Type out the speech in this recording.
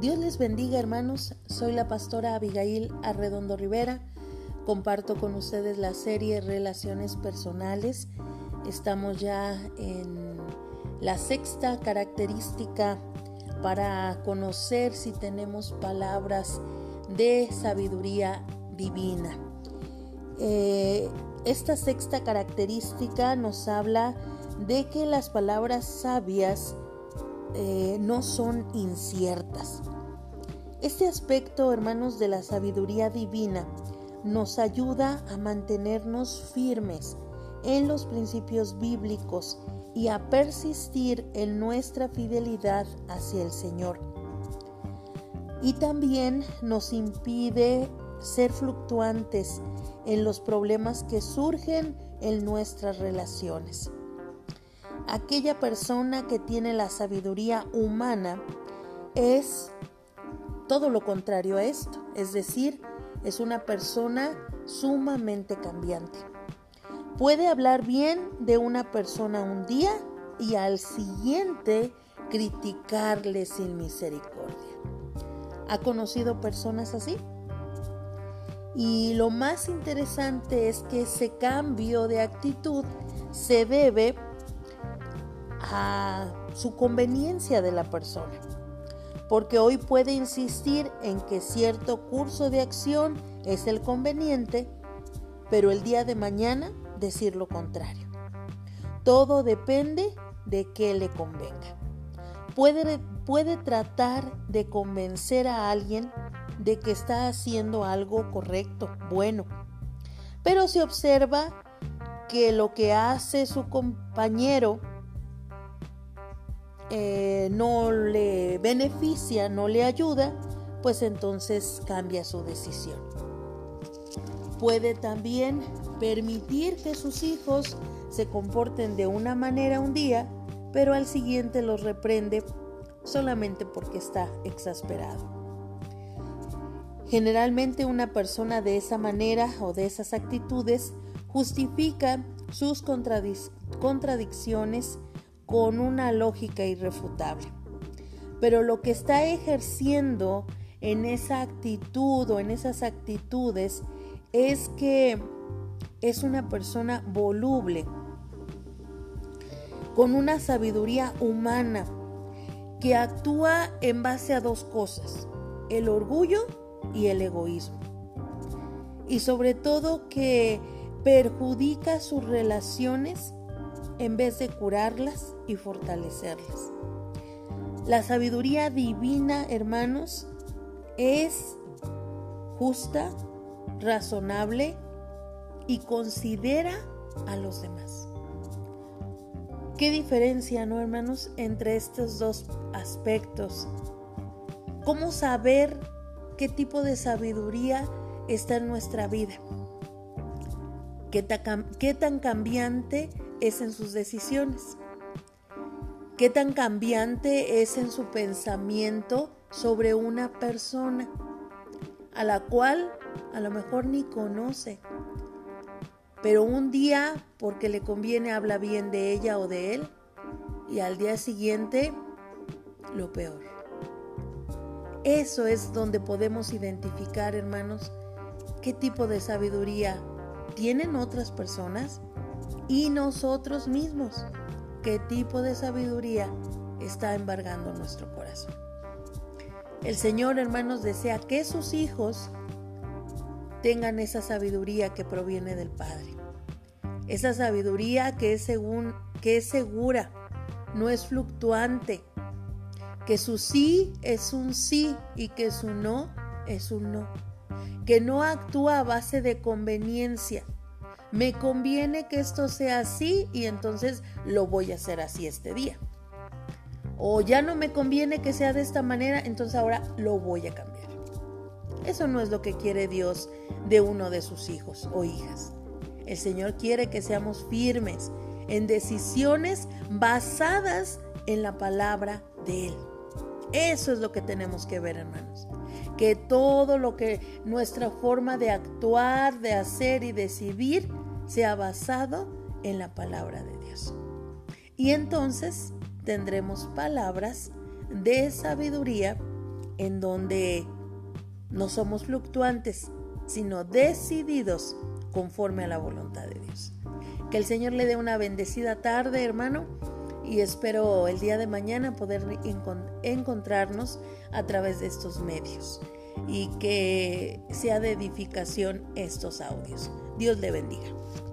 Dios les bendiga, hermanos. Soy la pastora Abigail Arredondo Rivera. Comparto con ustedes la serie Relaciones Personales. Estamos ya en la sexta característica para conocer si tenemos palabras de sabiduría divina. Esta sexta característica nos habla de que las palabras sabias no son inciertas. Este aspecto, hermanos, de la sabiduría divina nos ayuda a mantenernos firmes en los principios bíblicos y a persistir en nuestra fidelidad hacia el Señor. Y también nos impide ser fluctuantes en los problemas que surgen en nuestras relaciones. Aquella persona que tiene la sabiduría humana es todo lo contrario a esto, es decir, es una persona sumamente cambiante. Puede hablar bien de una persona un día y al siguiente criticarle sin misericordia. ¿Ha conocido personas así? Y lo más interesante es que ese cambio de actitud se debe a su conveniencia de la persona, porque hoy puede insistir en que cierto curso de acción es el conveniente, pero el día de mañana decir lo contrario. Todo depende de qué le convenga. Puede tratar de convencer a alguien de que está haciendo algo correcto, bueno, pero si observa que lo que hace su compañero no le beneficia, no le ayuda, pues entonces cambia su decisión. Puede también permitir que sus hijos se comporten de una manera un día, pero al siguiente los reprende solamente porque está exasperado. Generalmente una persona de esa manera o de esas actitudes justifica sus contradicciones con una lógica irrefutable. Pero lo que está ejerciendo en esa actitud o en esas actitudes es que es una persona voluble, con una sabiduría humana, que actúa en base a dos cosas: el orgullo y el egoísmo. Y sobre todo que perjudica sus relaciones en vez de curarlas y fortalecerlas. La sabiduría divina, hermanos, es justa, razonable y considera a los demás. ¿Qué diferencia, no, hermanos, entre estos dos aspectos? ¿Cómo saber qué tipo de sabiduría está en nuestra vida? ¿Qué tan cambiante es en sus decisiones? ¿Qué tan cambiante es en su pensamiento sobre una persona a la cual a lo mejor ni conoce, pero un día porque le conviene habla bien de ella o de él, y al día siguiente lo peor? Eso es donde podemos identificar, hermanos, qué tipo de sabiduría tienen otras personas y nosotros mismos, qué tipo de sabiduría está embargando nuestro corazón. El Señor, hermanos, desea que sus hijos tengan esa sabiduría que proviene del Padre. Esa sabiduría que es segura, no es fluctuante, que su sí es un sí y que su no es un no, que no actúa a base de conveniencia. Me conviene que esto sea así y entonces lo voy a hacer así este día. O ya no me conviene que sea de esta manera, entonces ahora lo voy a cambiar. Eso no es lo que quiere Dios de uno de sus hijos o hijas. El Señor quiere que seamos firmes en decisiones basadas en la palabra de Él. Eso es lo que tenemos que ver, hermanos. Que todo lo que nuestra forma de actuar, de hacer y decidir sea basado en la palabra de Dios. Y entonces tendremos palabras de sabiduría en donde no somos fluctuantes, sino decididos conforme a la voluntad de Dios. Que el Señor le dé una bendecida tarde, hermano, y espero el día de mañana poder encontrarnos a través de estos medios y que sea de edificación estos audios. Dios le bendiga.